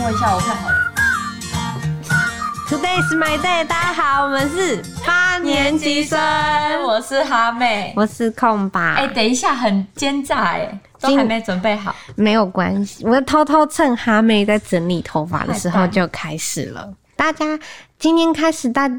摸一下，我看好了。 Today is my day， 大家好，我们是8年级生， 我是哈妹， 我是空吧。 等一下，很奸诈都还没准备好。 没有关系，我偷偷趁哈妹在整理头发的时候就开始了。大家今天开始整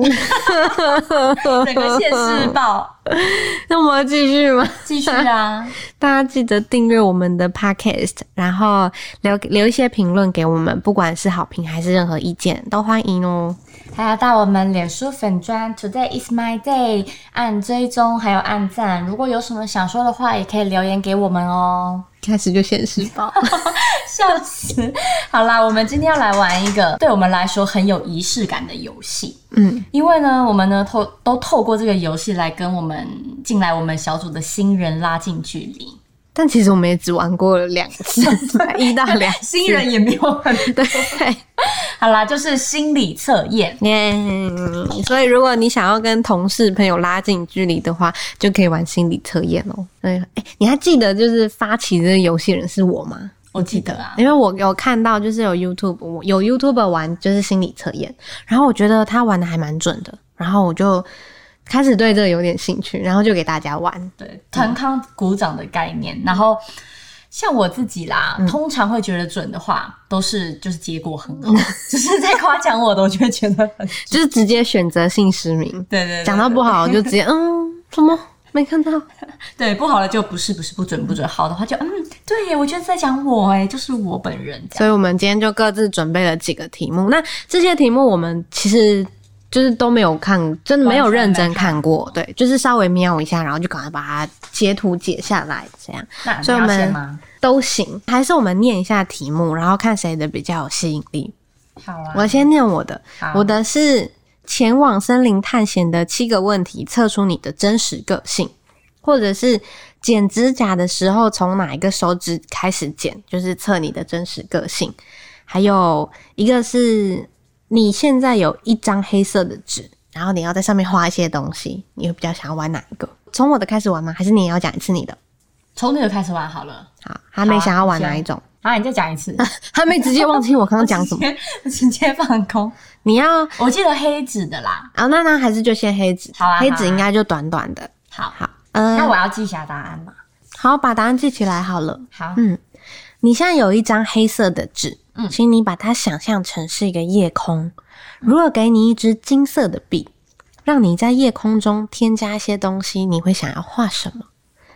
个现世报。 那我们要继续吗？ 继续啊！ 大家记得订阅我们的 podcast， 然后留一些评论给我们，不管是好评还是任何意见都欢迎哦。 还要到我们脸书粉专 Today is my day 按追踪还有按赞，如果有什么想说的话也可以留言给我们哦。 开始就现世报。 笑死！好啦，我们今天要来玩一个对我们来说很有仪式感的游戏。因为呢，我们呢都透过这个游戏来跟我们进来我们小组的新人拉近距离。 但其实我们也只玩过了2次，1到2次， 新人也没有很多。对，好啦，就是心理测验。 所以如果你想要跟同事朋友拉近距离的话，就可以玩心理测验哦。你还记得就是发起这个游戏人是我吗？ 我记得啊， 因为我有看到就是有 YouTuber 玩就是心理测验，然后我觉得他玩的还蛮准的，然后我就开始对这个有点兴趣，然后就给大家玩。 对，团康鼓掌的概念。然后像我自己啦，通常会觉得准的话，都是就是结果很好，就是在夸奖我的，我就会觉得很准， 就是直接选择性失明。对，讲到不好就直接什么没看到。 对，不好的就不准，好的话就对耶，我觉得在讲我就是我本人。 所以我们今天就各自准备了几个题目，那这些题目我们其实就是都没有看，真的没有认真看过，对，就是稍微瞄一下，然后就赶快把它截图解下来，这样。 那所以我们都行，还是我们念一下题目，然后看谁的比较有吸引力。 好啊， 我先念我的，我的是前往森林探险的7个问题，测出你的真实个性，或者是剪指甲的时候从哪一个手指开始剪，就是测你的真实个性。还有一个是你现在有1张黑色的纸，然后你要在上面画一些东西，你会比较想要玩哪一个？从我的开始玩吗？还是你也要讲一次你的？ 从你的开始玩好了。 好，哈妹想要玩哪一种？ 好，你再讲一次。 哈妹直接忘记我刚刚讲什么， 直接放空。 你要， 我记得黑纸的啦。 那还是就先黑纸。 好啊， 黑纸应该就短短的。 好，那我要记下答案嘛。 好，把答案记起来好了。 好， 你现在有1张黑色的纸，请你把它想象成是一个夜空。如果给你一支金色的笔，让你在夜空中添加一些东西，你会想要画什么？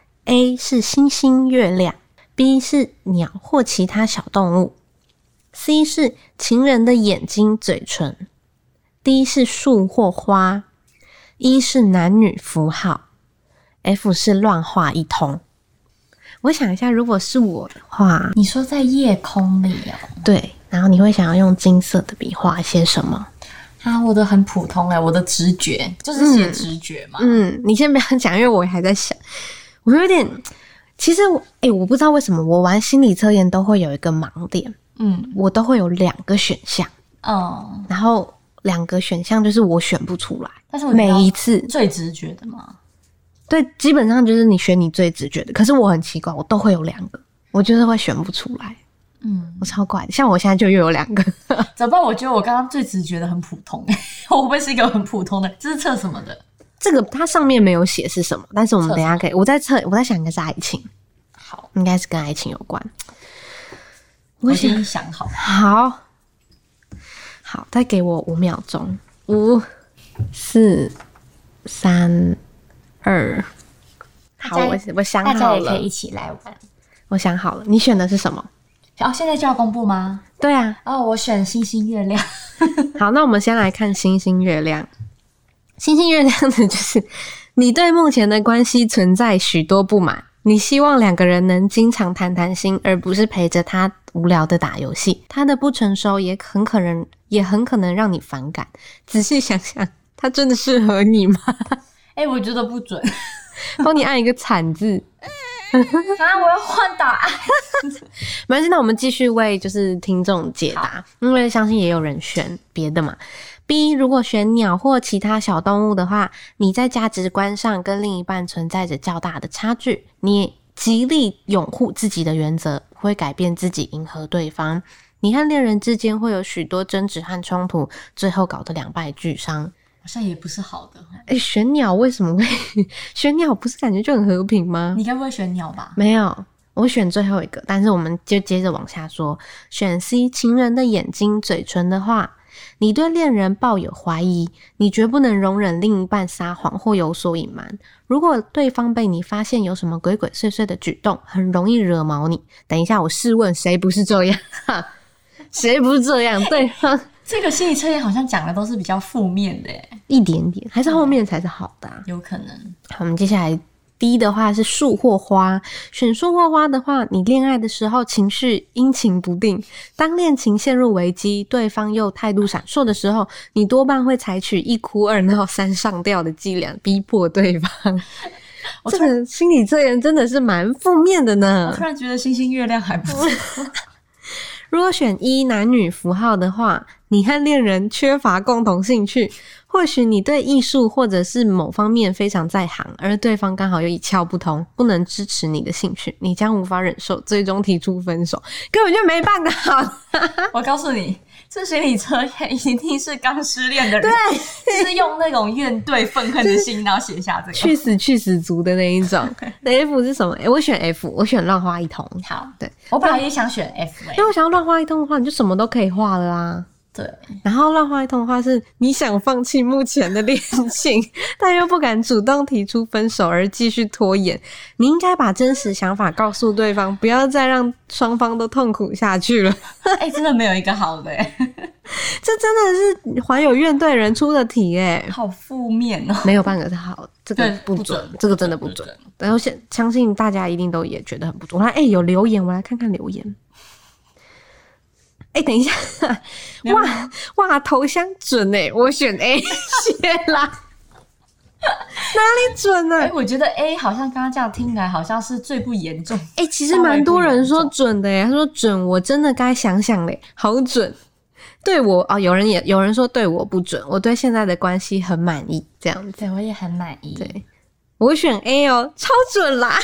A 是星星月亮， B 是鸟或其他小动物， C 是情人的眼睛嘴唇， D 是树或花， E 是男女符号， F 是乱画一通。我想一下，如果是我的话， 你说在夜空里对，然后你会想要用金色的笔画些什么？ 我的很普通我的直觉就是写直觉嘛。 你先不要讲，因为我还在想，我有点，其实我不知道为什么我玩心理测验都会有一个盲点，我都会有2个选项，然后2个选项就是我选不出来， 但是我每一次最直觉的嘛。 对，基本上就是你选你最直觉的，可是我很奇怪，我都会有2个，我就是会选不出来。我超怪的，像我现在就又有2个。 怎么办？我觉得我刚刚最直觉的很普通，我会不会是一个很普通的？这是测什么的？ 这个它上面没有写是什么，但是我们等一下可以，我在想应该是爱情。 好， 应该是跟爱情有关。 我先想好。 好，再给我5秒钟。5、4、3、2。好，我想好了。 大家也可以一起来玩。 我想好了，你选的是什么？ 现在就要公布吗？ 对啊。 我选星星月亮。 好，那我们先来看星星月亮。星星月亮的就是你对目前的关系存在许多不满，你希望2个人能经常谈谈心，而不是陪着他无聊的打游戏。他的不成熟也很可能让你反感。仔细想想，他真的适合你吗？ 我觉得不准。 帮你按一个惨字。 我要换答案。 没关系，那我们继续为就是听众解答，因为相信也有人选别的嘛。B 如果选鸟或其他小动物的话，你在价值观上跟另一半存在着较大的差距，你极力拥护自己的原则，不会改变自己迎合对方。 你和恋人之间会有许多争执和冲突，最后搞得两败俱伤。 好像也不是好的。 选鸟为什么会选鸟不是感觉就很和平吗？ 你该不会选鸟吧？ 没有，我选最后一个，但是我们就接着往下说。选 C， 情人的眼睛嘴唇的话，你对恋人抱有怀疑，你绝不能容忍另一半撒谎或有所隐瞒。如果对方被你发现有什么鬼鬼祟祟的举动，很容易惹毛你。等一下，我试问谁不是这样？谁不是这样？对方这个心理测验好像讲的都是比较负面的耶， 一点点，还是后面才是好的啊？ 有可能。 好，我们接下来第一的话是树或花。选树或花的话，你恋爱的时候情绪阴晴不定，当恋情陷入危机，对方又态度闪烁的时候，你多半会采取一哭二闹三上吊的伎俩，逼迫对方。这个心理测验真的是蛮负面的呢。 我突然觉得星星月亮还不错。 如果选一男女符号的话，你和恋人缺乏共同兴趣，或许你对艺术或者是某方面非常在行，而对方刚好又一窍不通，不能支持你的兴趣，你将无法忍受，最终提出分手，根本就没办个好。 我告诉你，这心理测验一定是刚失恋的人， 对， 就是用那种怨怼愤恨的心，然后写下这个去死族的那一种。F 是什么？我选 F， 我选乱画一通。 好， 对， 我本来也想选 F， 因为我想要乱画一通的话，你就什么都可以画了啊。 对， 然后乱画一通的话是你想放弃目前的恋情，但又不敢主动提出分手而继续拖延。你应该把真实想法告诉对方，不要再让双方都痛苦下去了。 真的没有一个好的这真的是怀有怨怼人出的题好负面哦， 没有半个是好的，这个不准，这个真的不准。然后相信大家一定都也觉得很不准。有留言，我来看看留言。等一下，哇，头像准我选 A 谢啦，哪里准呢？ 我觉得 A 好像刚刚这样听来好像是最不严重。 其实蛮多人说准的他说准，我真的该想想嘞，好准。对我有人说对我不准，我对现在的关系很满意，这样子。 对，我也很满意。 对，我选 A 超准啦！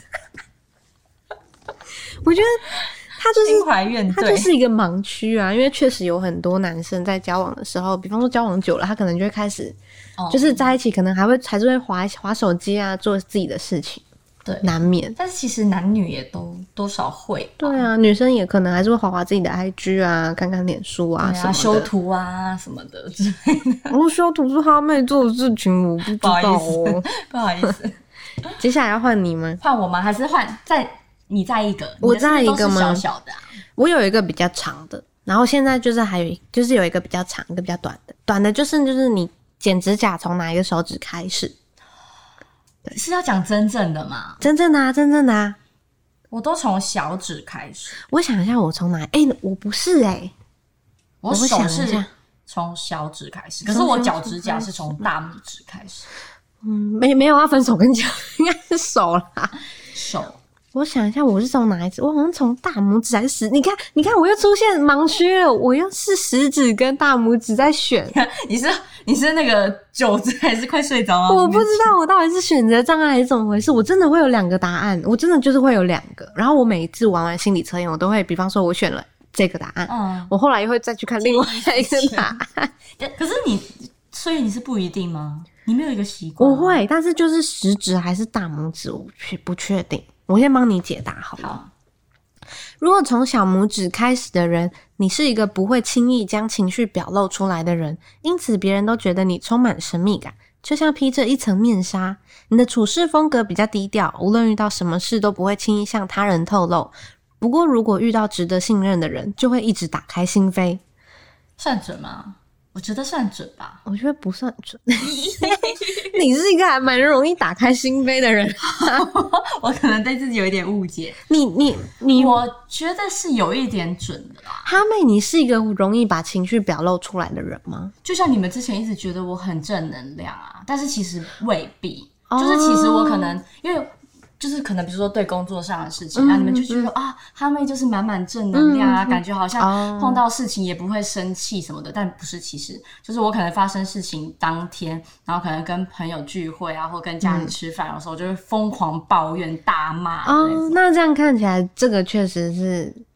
我觉得。他就是一个盲区啊，因为确实有很多男生在交往的时候，比方说交往久了，他可能就会开始，就是在一起可能还是会滑手机啊，做自己的事情， 对， 难免。 但是其实男女也都多少会， 对啊，女生也可能还是会滑自己的 IG 啊，看看脸书啊什么的， 修图啊什么的之类的。 我修图是哈妹做的事情，我不知道哦， 不好意思。 接下来要换你吗？ 换我吗？还是换你再一个？ 我再一个吗？ 小小的我有一个比较长的，然后现在就是就是有一个比较长，一个比较短的。短的就是你剪指甲从哪一个手指开始？ 对，是要讲真正的吗？ 真正的啊！ 我都从小指开始。 我想一下，我从哪？我不是我手是从小指开始，可是我脚指甲是从大拇指开始。 没有要分手跟脚，应该是手啦。 手。我想一下，我是从哪一指？我好像从大拇指还是你看，我又出现盲区了。我又是食指跟大拇指在选。 你是那个九指还是快睡着了？ 我不知道我到底是选择障碍还是怎么回事。我真的会有2个答案，我真的就是会有2个。然后我每一次玩完心理测验，我都会，比方说我选了这个答案，我后来又会再去看另外一个答案。 可是所以你是不一定吗？你没有一个习惯？ 我会，但是就是食指还是大拇指，我不确定。我先帮你解答好了。 好， 如果从小拇指开始的人，你是一个不会轻易将情绪表露出来的人，因此别人都觉得你充满神秘感，就像披着一层面纱。你的处事风格比较低调，无论遇到什么事都不会轻易向他人透露。不过如果遇到值得信任的人，就会一直打开心扉。 算准吗？我觉得算准吧。 我觉得不算准。你是一个还蛮容易打开心扉的人。 我可能对自己有一点误解。我觉得是有一点准的啦。 哈妹，你是一个容易把情绪表露出来的人吗？ 就像你们之前一直觉得我很正能量啊，但是其实未必。就是其实我可能因为就是可能比如说对工作上的事情，你们就觉得哈妹就是满满正能量啊，感觉好像碰到事情也不会生气什么的，但不是，其实就是我可能发生事情当天，然后可能跟朋友聚会啊，或跟家人吃饭的时候，就会疯狂抱怨大骂。 那这样看起来，这个确实是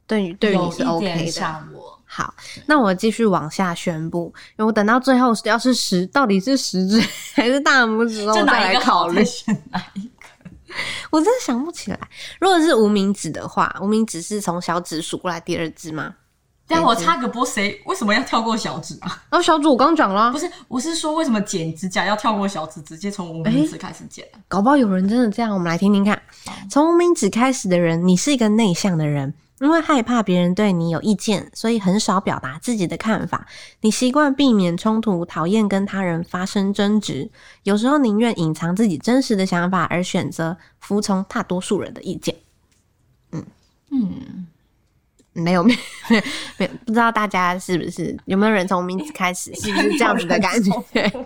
对于你是 OK 的。 有一点像我。 好，那我继续往下宣布，因为我等到最后要是到底是食指还是大拇指，我再来考虑选哪一个。 我真的想不起来。如果是无名指的话，无名指是从小指数过来第二只吗？ 但我插个播，谁为什么要跳过小指啊？ 小指我刚讲了， 不是，我是说为什么剪指甲要跳过小指，直接从无名指开始剪搞不好有人真的这样，我们来听听看。从无名指开始的人，你是一个内向的人。因为害怕别人对你有意见，所以很少表达自己的看法。你习惯避免冲突，讨厌跟他人发生争执，有时候宁愿隐藏自己真实的想法，而选择服从大多数人的意见。没有，不知道大家是不是有没有人从无名指开始，是不是这样子的感觉？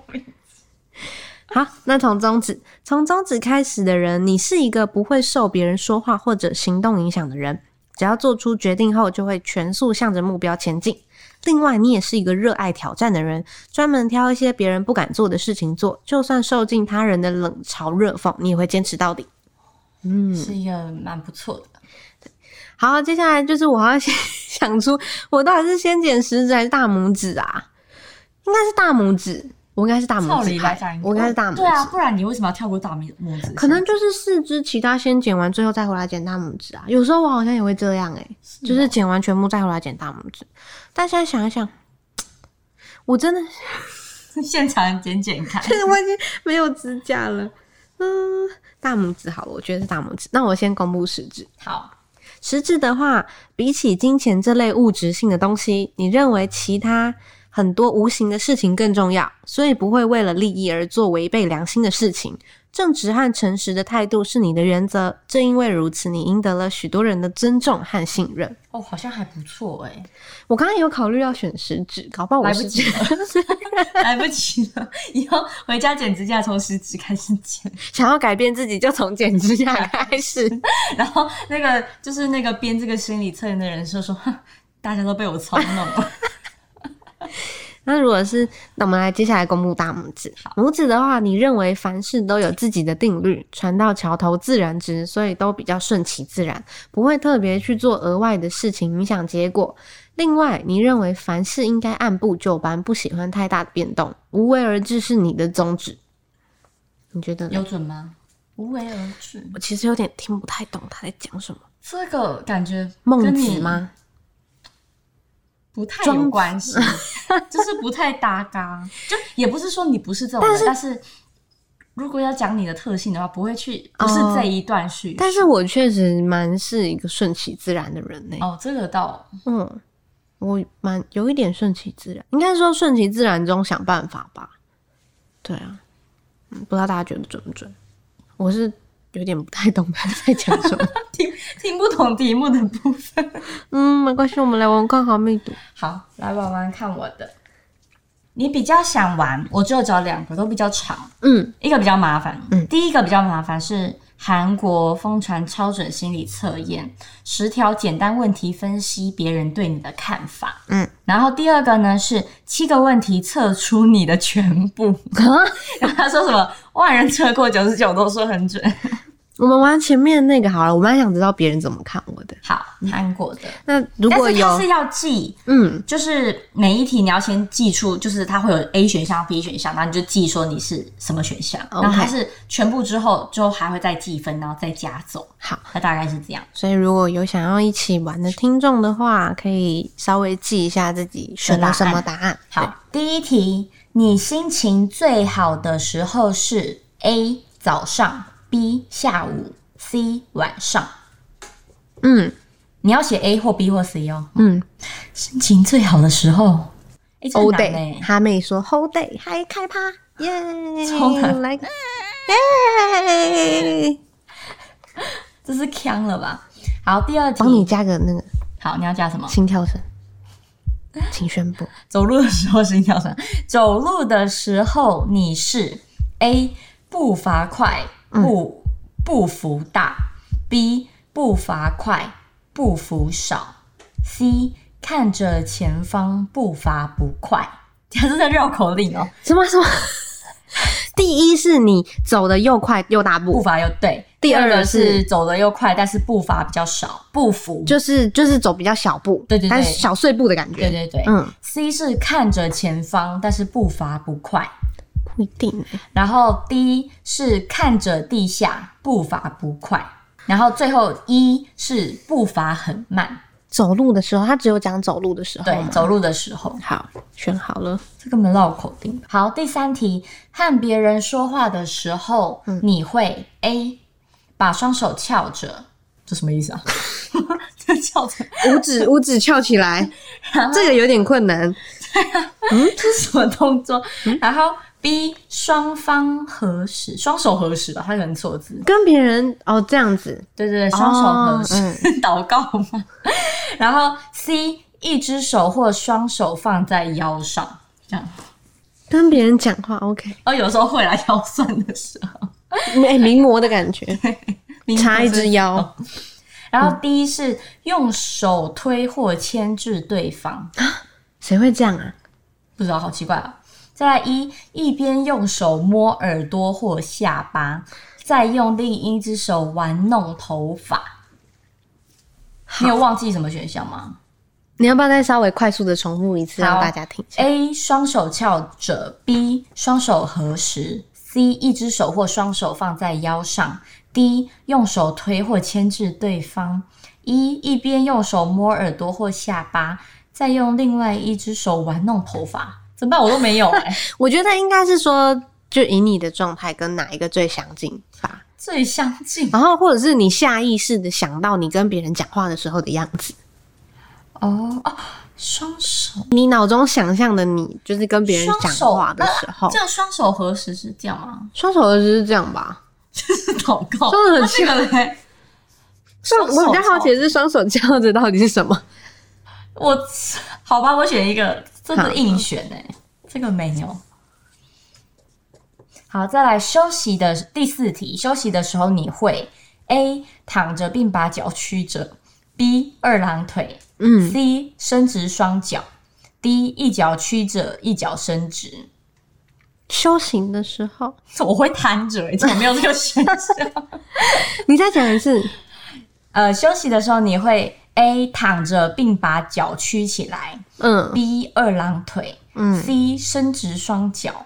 好，那从中指开始的人，你是一个不会受别人说话或者行动影响的人。只要做出决定后，就会全速向着目标前进。另外，你也是一个热爱挑战的人，专门挑一些别人不敢做的事情做，就算受尽他人的冷嘲热讽，你也会坚持到底。 是一个蛮不错的。 好，接下来就是我要先想出我到底是先剪食指还是大拇指啊？应该是大拇指。我应该是大拇指，我应该是大拇指。 对啊，不然你为什么要跳过大拇指？ 可能就是四肢其他先剪完，最后再回来剪大拇指啊。有时候我好像也会这样就是剪完全部再回来剪大拇指。但现在想一想，我真的现场剪看， 我已经没有指甲了。大拇指好了，我觉得是大拇指。那我先公布食指。 好， 食指的话，比起金钱这类物质性的东西，你认为其他很多无形的事情更重要，所以不会为了利益而做违背良心的事情。正直和诚实的态度是你的原则，正因为如此，你赢得了许多人的尊重和信任。 好像还不错我刚刚有考虑要选食指，搞不好我来不及了，来不及了。以后回家剪指甲从食指开始剪， 想要改变自己就从剪指甲开始。 然后就是那个编这个心理测验的人说大家都被我操弄了。 那如果是，那我们来接下来公布大拇指。拇指的话，你认为凡事都有自己的定律，船到桥头自然直，所以都比较顺其自然，不会特别去做额外的事情影响结果。另外，你认为凡事应该按部就班，不喜欢太大的变动，无为而治是你的宗旨。你觉得呢？ 有准吗？无为而治， 我其实有点听不太懂他在讲什么。 这个感觉孟子吗？ 不太有关系，就是不太搭嘎。就也不是说你不是这种人，但是如果要讲你的特性的话，不是这一段叙述。 但是我确实蛮是一个顺其自然的人这个倒我有一点顺其自然，应该说顺其自然中想办法吧。对啊，不知道大家觉得准不准？我是有点不太懂他在讲什么， 听不懂题目的部分。 没关系，我们来玩看好密度。 好，来玩玩看我的。你比较想玩，我只有找2个，都比较长。一个比较麻烦。第一个比较麻烦是韩国疯传超准心理测验，10条简单问题分析别人对你的看法。然后第二个呢是7个问题测出你的全部。然后他说什么万人测过99都说很准。 我们玩前面那个好了，我蛮想知道别人怎么看我的。 好，韩国的。 那如果有， 但是它是要记，就是每一题你要先记出，就是它会有 A 选项、B 选项，然后你就记说你是什么选项，然后它是全部之后还会再计分，然后再加总。 好， 它大概是这样。 所以如果有想要一起玩的听众的话，可以稍微记一下自己选了什么答案。 好，第一题，你心情最好的时候是 A 早上。B 下午 C 晚上。你要写 A 或 B 或 C 哦。心情最好的时候 Whole day。 哈妹说 Whole day 嗨开趴耶， 超难来耶， 这是呛了吧。好，第二题帮你加个那个。 好，你要加什么？ 心跳声，请宣布。 走路的时候心跳声。走路的时候你是 A 步伐快步幅大， B 步伐快步幅少， C 看着前方步伐不快。它是在绕口令哦。 什么第一是你走的又快又大步， 步伐又对， 第二个是走得又快，但是步伐比较少，步幅就是走比较小步， 对， 但是小碎步的感觉， 对。C 是看着前方，但是步伐不快， 不一定。 然后 D 是看着地下，步伐不快，然后最后 E 是步伐很慢。 走路的时候，他只有讲走路的时候吗？ 对，走路的时候。 好，选好了， 这根本绕口令。好，第3题，和别人说话的时候，你会 A 把双手翘着，这什么意思啊？这翘着， 五指翘起来，这个有点困难。 这是什么动作？然后 B 双手合十吧，他可能错字， 跟别人这样子， 对，双手合十，祷告嘛。然后 C 一只手或双手放在腰上，这样跟别人讲话 OK。 有时候会来腰酸的时候， 名模的感觉，插一只腰。 然后 D 是用手推或牵制对方， 谁会这样啊？ 不知道，好奇怪啊。再来一边用手摸耳朵或下巴，再用另一只手玩弄头发。你有忘记什么选项吗？ 你要不要再稍微快速的重复一次，让大家听一下？ A 双手翘着， B 双手合十， C 一只手或双手放在腰上， D 用手推或牵制对方， E 一边用手摸耳朵或下巴，再用另外一只手玩弄头发。怎么办？我都没有我觉得应该是说，就以你的状态跟哪一个最相近吧。 最相近， 然后或者是你下意识的想到你跟别人讲话的时候的样子。 双手， 你脑中想象的你就是跟别人讲话的时候， 这样双手合十是这样吗？ 双手合十是这样吧？ 这是祷告。 双手合十嘞？ 我比较好奇的是双手翘着到底是什么？ 好吧，我选一个，这是硬选这个没有。好，再来休息的第4题，休息的时候你会 A 躺着并把脚曲着， B 二郎腿，C 伸直双脚， D 一脚曲着一脚伸直。 休息的时候我会瘫着怎么没有这个选项？ 你再讲一次。 休息的时候你会 A 躺着并把脚曲起来，B 二郎腿，C 伸直双脚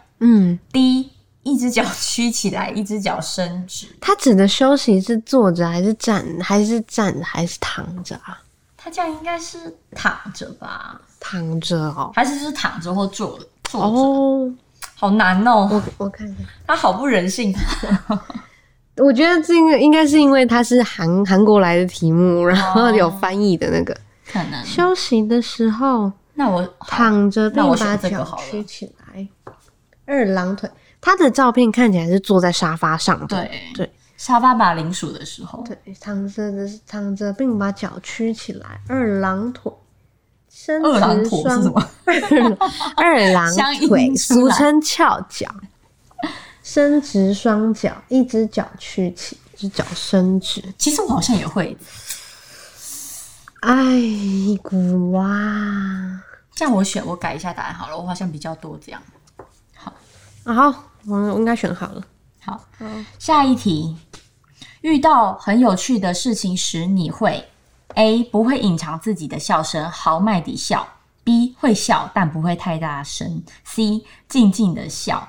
，D 一只脚曲起来一只脚伸直。他指的休息是坐着还是站还是站还是躺着啊？ 他这样应该是躺着吧？ 躺着还是就是躺着或坐着？好难我看一下， 他好不人性。 我觉得这个应该是因为它是韩国来的题目，然后有翻译的那个。 可能休息的时候， 那我躺着并把脚曲起来，二郎腿。他的照片看起来是坐在沙发上的，对， 沙发马铃薯的时候， 对，躺着并把脚曲起来，二郎腿。 二郎腿是什么？ 二郎腿，俗称翘脚。伸直双脚，一只脚曲起，一只脚伸直。 其实我好像也会。 哎咕哇！ 这样我改一下答案好了，我好像比较多这样。 好，我应该选好了。 好，下一题，遇到很有趣的事情时，你会 A 不会隐藏自己的笑声，豪迈地笑， B 会笑但不会太大声， C 静静的笑，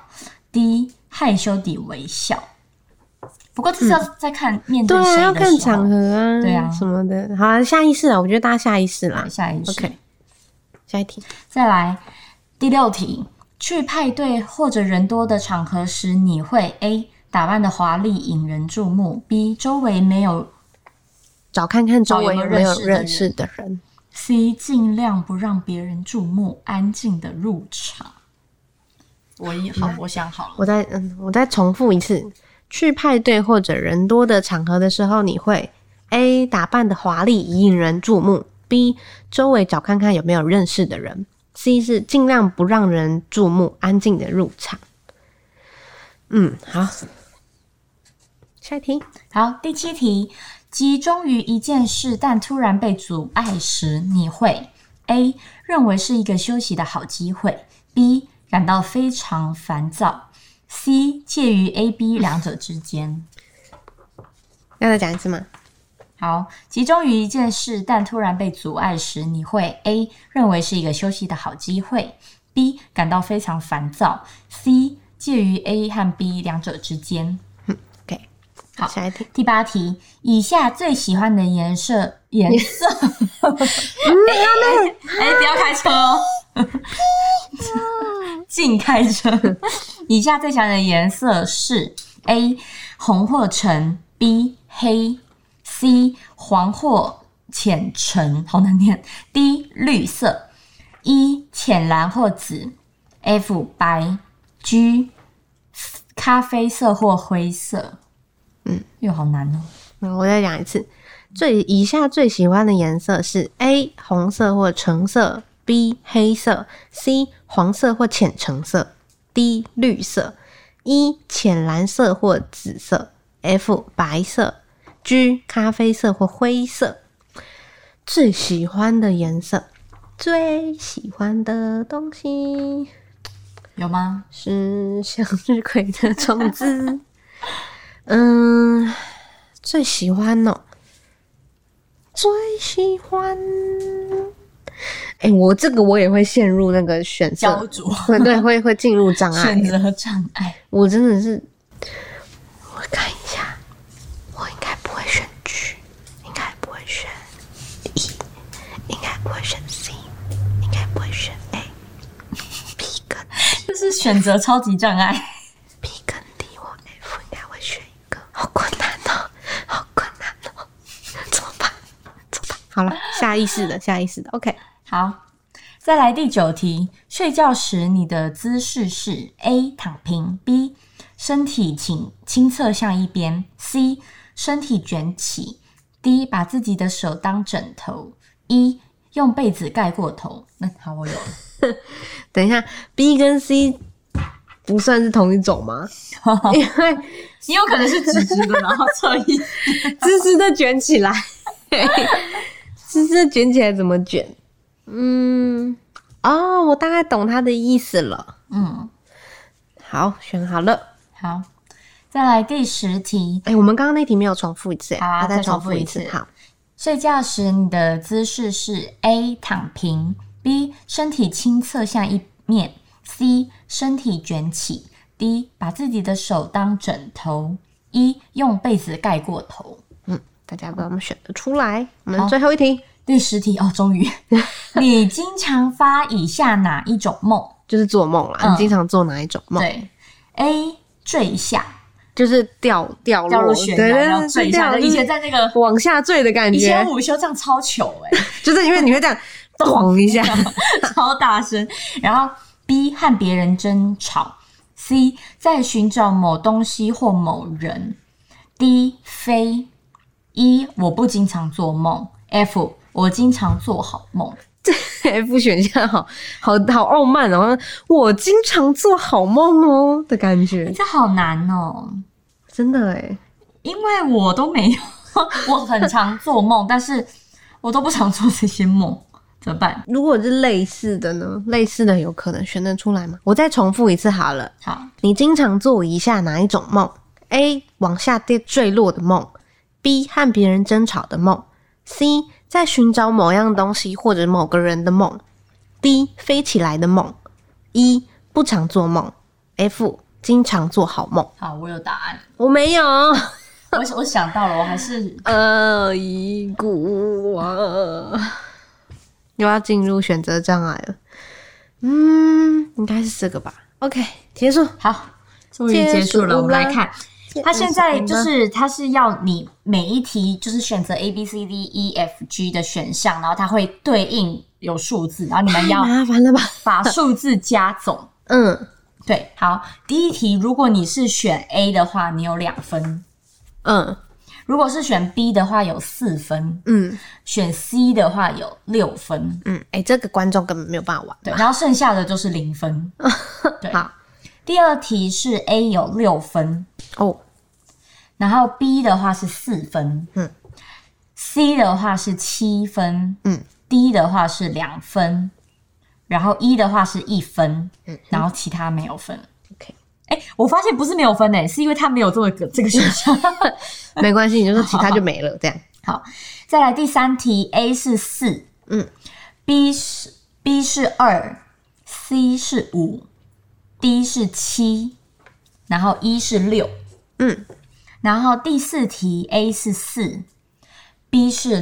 D 害羞地微笑。不过这是要再看面对谁的时候， 要看场合啊， 对啊， 什么的。好啊，下意识啊，我觉得大家下意识啦， 下意识。 OK， 下一题， 再来第6题，去派对或者人多的场合时，你会 A 打扮的华丽引人注目， B 周围没有找看看周围有没有认识的人， C 尽量不让别人注目，安静的入场。我想好了， 我再重复一次。去派对或者人多的场合的时候，你会 A 打扮的华丽引人注目， B 周围找看看有没有认识的人， C 是尽量不让人注目，安静的入场。好，下一题。 好，第7题，集中于一件事但突然被阻碍时，你会 A 认为是一个休息的好机会， B 感到非常烦躁， C 介于 A、B 两者之间。 要再讲一次吗？ 好，集中于一件事，但突然被阻碍时，你会 A 认为是一个休息的好机会， B 感到非常烦躁， C 介于 A 和 B 两者之间。 OK， 好， 下一题。 第8题，以下最喜欢的颜色不要开车哦，禁开车。以下最喜欢的颜色是 A 红或橙， B 黑， C 黄或浅橙，好难念， D 绿色， E 浅蓝或紫， F 白， G 咖啡色或灰色。又好难哦。 我再讲一次，以下最喜欢的颜色是 A 红色或橙色， B 黑色， C 黄色或浅橙色， D 绿色， E 浅蓝色或紫色， F 白色， G 咖啡色或灰色。最喜欢的颜色，最喜欢的东西有吗？ 是向日葵的种子。最喜欢哦，最喜欢。我这个我也会陷入那个选择焦灼， 对，会进入障碍， 选择障碍。 我真的是，我看一下，我应该不会选 G， 应该不会选 E， 应该不会选 C， 应该不会选 A。B 跟 D， 这是选择超级障碍。 B 跟 D 或 F 应该会选一个，好困难哦，好困难哦，怎么办？好了，下意识的 ，OK。 好，再来第9题。睡觉时你的姿势是 A 躺平， B 身体倾侧向一边， C 身体卷起， D 把自己的手当枕头， E 用被子盖过头。那好，我有了。 等一下 ，B 跟 C 不算是同一种吗？因为你有可能是直直的，然后侧翼直直的卷起来，直直的卷起来怎么卷？我大概懂他的意思了。好，选好了。 好，再来第10题。 我们刚刚那题没有重复一次。 好啊， 再重复一次。 好， 睡觉时你的姿势是 A 躺平， B 身体倾侧向一面， C 身体卷起， D 把自己的手当枕头， E 用被子盖过头。 大家不知道我们选得出来。我们最后一题， 第10题哦，终于。你经常发以下哪一种梦？ 就是做梦啦。你经常做哪一种梦？ 对 ，A 坠下， 就是掉入悬崖，然后坠下。以前在那个往下坠的感觉。 以前午休这样超糗就是因为你会这样咚一下， 超大声。然后 B 和别人争吵， C 在寻找某东西或某人， D 飞， E 我不经常做梦， F 我经常做好梦。 F 选项好傲慢哦，我经常做好梦哦的感觉。 这好难哦， 真的耶， 因为我都没有，我很常做梦，但是我都不常做这些梦，怎么办？ 如果是类似的呢？类似的有可能选得出来吗？我再重复一次好了。 好， 你经常做以下哪一种梦？ A 往下坠落的梦， B 和别人争吵的梦， C 在寻找某样东西或者某个人的梦， D 飞起来的梦， E 不常做梦， F 经常做好梦。 好，我有答案。 我没有。 我想到了，我还是一股又要进入选择障碍了。应该是这个吧。OK， 结束。 好，终于结束了。我们来看，它现在就是它是要你每一题就是选择 A B C D E F G 的选项，然后它会对应有数字，然后你们要麻烦了吧？ 把数字加总。对，好，第一题，如果你是选 A 的话，你有2分。如果是选 B 的话有4分，选 C 的话有6分， 这个观众根本没有办法玩， 对，然后剩下的就是0分。对， 好， 第二题是 A 有6分然后 B 的话是4分，C 的话是7分，D 的话是2分，然后 E 的话是1分，然后其他没有分。 OK， 我发现不是没有分是因为他没有这个选项。 没关系，你就说其他就没了，这样。 好，再来第3题 ，A 是4，B 是2 ，C 是5，D 是7，然后 E 是6，然后第4题 A 是4，B 是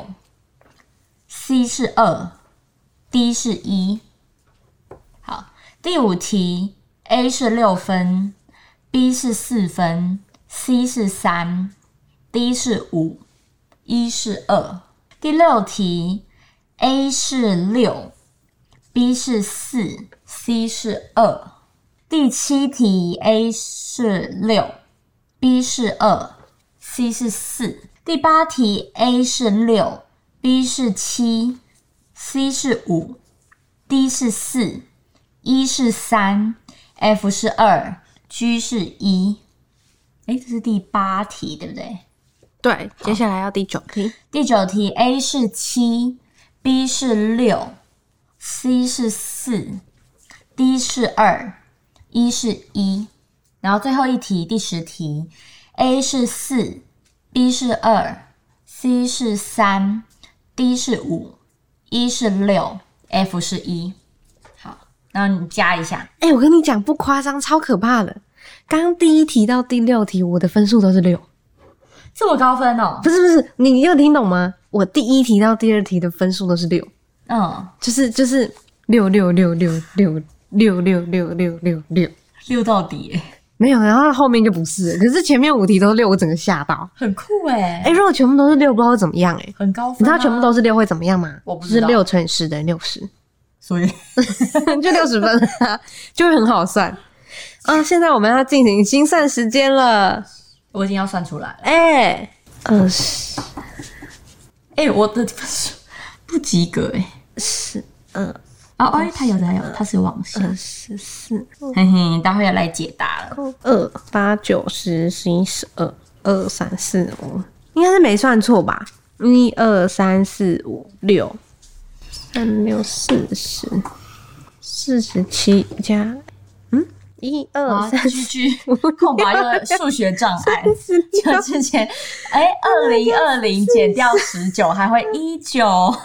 6，C 是2，D 是1。好，第5题 A 是6分，B 是4分，C 是3，D 是5，E 是2。第6题 A 是6，B 是4，C 是2。第7题 A 是6，B 是2，C 是4。第8题 A 是6，B 是7，C 是5，D 是4，E 是3，F 是2，G 是1。这是第8题，对不对？ 对，接下来要第9题。 第9题 A 是7，B 是6，C 是4，D 是2，E 是1。然后最后一题第10题 A 是4，B 是2，C 是3，D 是5，E 是6，F 是1。好，然后你加一下。 我跟你讲不夸张，超可怕的。刚刚第1题到第6题我的分数都是6。 这么高分哦？ 不是，你有听懂吗？我第1题到第2题的分数都是6。就是6 6 6 6 6 6 6 6 6 6 6 6到底没有，然后后面就不是，可是前面5题都是6，我整个吓到， 很酷如果全部都是6，不知道会怎么样很高分。 你知道全部都是6会怎么样吗？ 我不知道， 就是6乘以10等于60， 所以就60分就会很好算。现在我们要进行心算时间了， 我已经要算出来了。 20， 我的分数不及格 12。 他有，他是往下。 24， 嘿嘿，待会要来解答了。 2、8、9、10、11、12、2、3、4、5，应该是没算错吧？1、2、3、4、5、6、3、6、47加1、2、3、 4、空白的数学障碍。就之前2020减掉19还会19。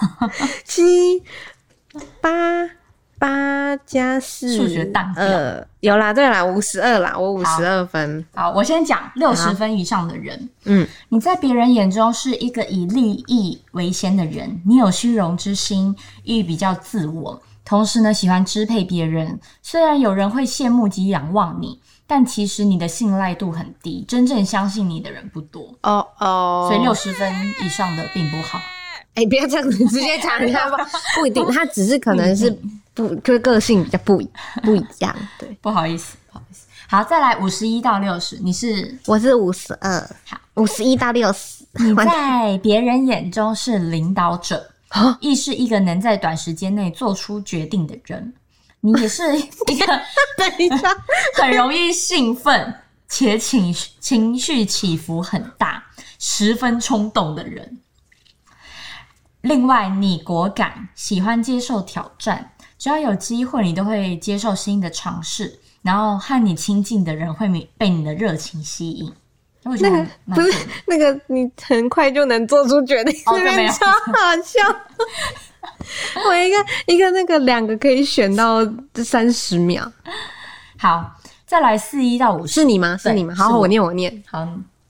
7、8加4， 数学当掉。 有啦，对啦，52啦，我52分。 好，我先讲60分以上的人。你在别人眼中是一个以利益为先的人，你有虚荣之心，亦比较自我，同时呢喜欢支配别人。虽然有人会羡慕及仰望你，但其实你的信赖度很低，真正相信你的人不多。所以60分以上的并不好。 不要这样子直接讲人家吧，不一定，他只是可能是就是个性比较不一样，对， 不好意思。好，再来51到60， 我是52，好，51到60。 你在别人眼中是领导者，亦是一个能在短时间内做出决定的人。你也是一个等一下很容易兴奋且情绪起伏很大、十分冲动的人。另外，你果敢，喜欢接受挑战，只要有机会你都会接受新的尝试，然后和你亲近的人会被你的热情吸引。不是那个你很快就能做出决定， 这边超好笑。我一个那个2个可以选到30秒。 好，再来41到50， 是你吗？是你吗？好，我念。 好。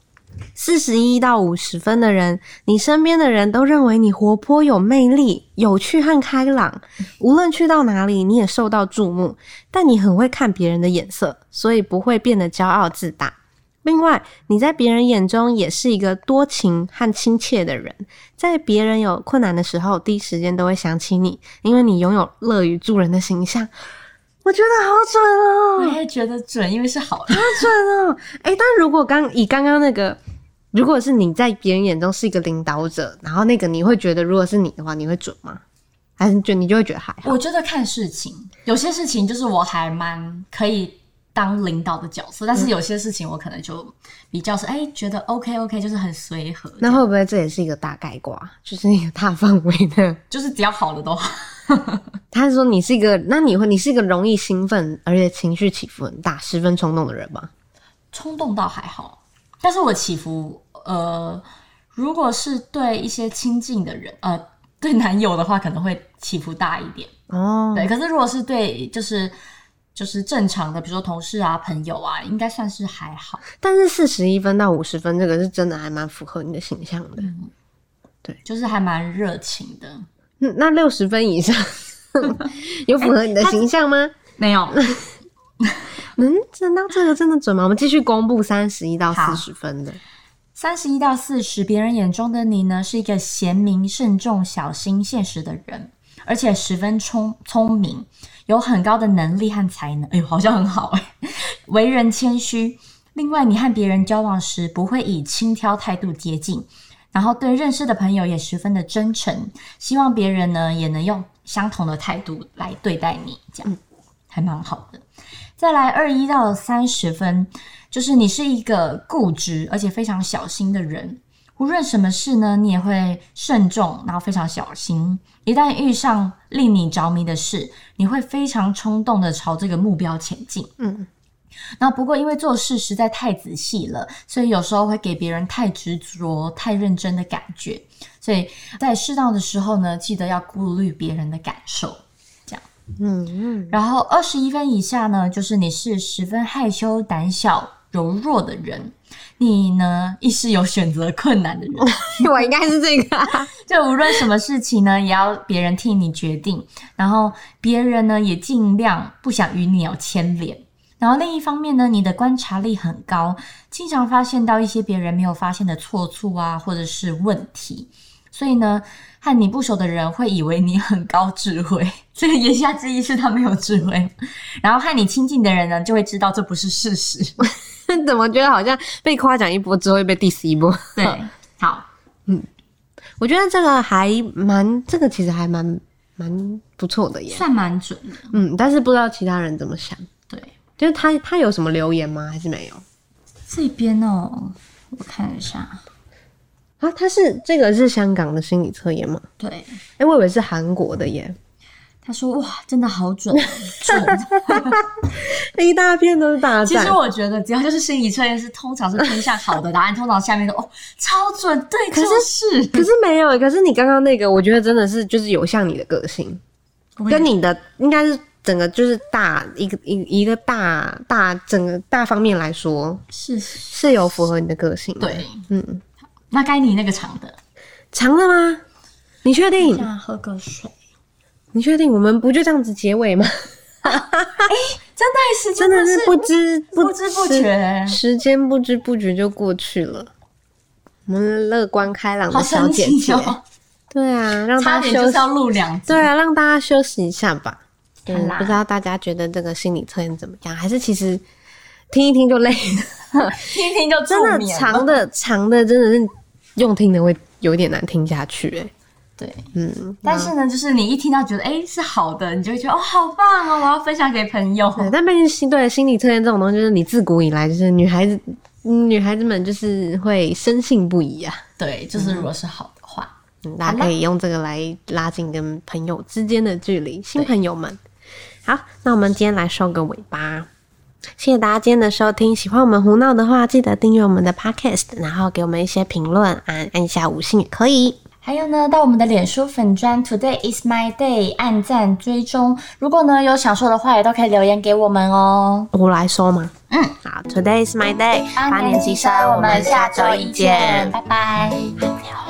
41到50分的人，你身边的人都认为你活泼有魅力、有趣和开朗，无论去到哪里你也受到注目，但你很会看别人的眼色，所以不会变得骄傲自大。另外，你在别人眼中也是一个多情和亲切的人，在别人有困难的时候，第一时间都会想起你，因为你拥有乐于助人的形象。我觉得好准哦！ 我也觉得准，因为是好的， 好准哦！但如果以刚刚那个，如果是你在别人眼中是一个领导者，然后那个你会觉得，如果是你的话，你会准吗？还是你就会觉得还好？ 我觉得看事情，有些事情就是我还蛮可以当领导的角色，但是有些事情我可能就比较是觉得 OK， 就是很随和。 那会不会这也是一个大概括，就是一个大范围的， 就是只要好的都好。 他说你是一个，那你是一个容易兴奋而且情绪起伏很大、十分冲动的人吗？ 冲动倒还好，但是我起伏如果是对一些亲近的人，对男友的话可能会起伏大一点哦。对，可是如果是对就是正常的，比如说同事啊、朋友啊，应该算是还好。 但是41分到50分，这个是真的还蛮符合你的形象的。对， 就是还蛮热情的。 那60分以上有符合你的形象吗？ 没有。 那这个真的准吗？我们继续公布31到40分的。 31到40，别人眼中的你呢，是一个贤明、慎重、小心、现实的人，而且十分聪明，有很高的能力和才能。哎呦，好像很好为人谦虚。另外，你和别人交往时不会以轻佻态度接近，然后对认识的朋友也十分的真诚，希望别人呢也能用相同的态度来对待你，这样还蛮好的。再来21到30分，就是你是一个固执而且非常小心的人，无论什么事呢，你也会慎重，然后非常小心。一旦遇上令你着迷的事，你会非常冲动的朝这个目标前进。然后不过因为做事实在太仔细了，所以有时候会给别人太执着、太认真的感觉。所以在适当的时候呢，记得要顾虑别人的感受。然后21分以下呢，就是你是十分害羞、胆小、柔弱的人，你呢亦是有选择困难的人。 我应该是这个就无论什么事情呢，也要别人替你决定，然后别人呢也尽量不想与你有牵连。然后另一方面呢，你的观察力很高，经常发现到一些别人没有发现的错处啊，或者是问题。所以呢，和你不熟的人会以为你很高智慧，这个言下之意是他没有智慧。然后和你亲近的人呢，就会知道这不是事实。 怎么觉得好像被夸奖一波之后会被 diss 一波？ 对，好， 我觉得这个其实还蛮不错的耶， 算蛮准的。 但是不知道其他人怎么想。 对， 就是他有什么留言吗？还是没有？ 这边我看一下。 这个是香港的心理测验吗？ 对， 我以为是韩国的耶。 他说哇，真的好准， 一大片都是大赞。 其实我觉得只要就是心理测验通常是偏向好的答案，通常下面都超准，对，可是没有，可是你刚刚那个，我觉得真的是就是有像你的个性，跟你的应该是整个就是一个大整个大方面来说是有符合你的个性的。 对，那该你那个长的吗？你确定？ 想喝个水。 你确定？我们不就这样子结尾吗？ 真的是不知不觉， 时间不知不觉就过去了。我们乐观开朗的小姐姐，对啊，让大家差点就是要录2集， 对啊，让大家休息一下吧。不知道大家觉得这个心理测验怎么样？还是其实听一听就累了， 听一听就真的长的真的是用听的会有点难听下去对，但是呢，就是你一听到觉得是好的，你就会觉得好棒我要分享给朋友。 对，但毕竟对心理测验这种东西，就是你自古以来就是女孩子们就是会深信不疑啊。 对，就是如果是好的话， 大家可以用这个来拉近跟朋友之间的距离，新朋友们。好，那我们今天来收个尾巴。谢谢大家今天的收听，喜欢我们胡闹的话，记得订阅我们的 podcast， 然后给我们一些评论，按下5星也可以。 还有呢，到我们的脸书粉专 Today is my day 按赞追踪，如果呢有想说的话，也都可以留言给我们哦。 我来说吗？好 ，Today is my day， 8年级生，我们下周一见， 拜拜。 安녕。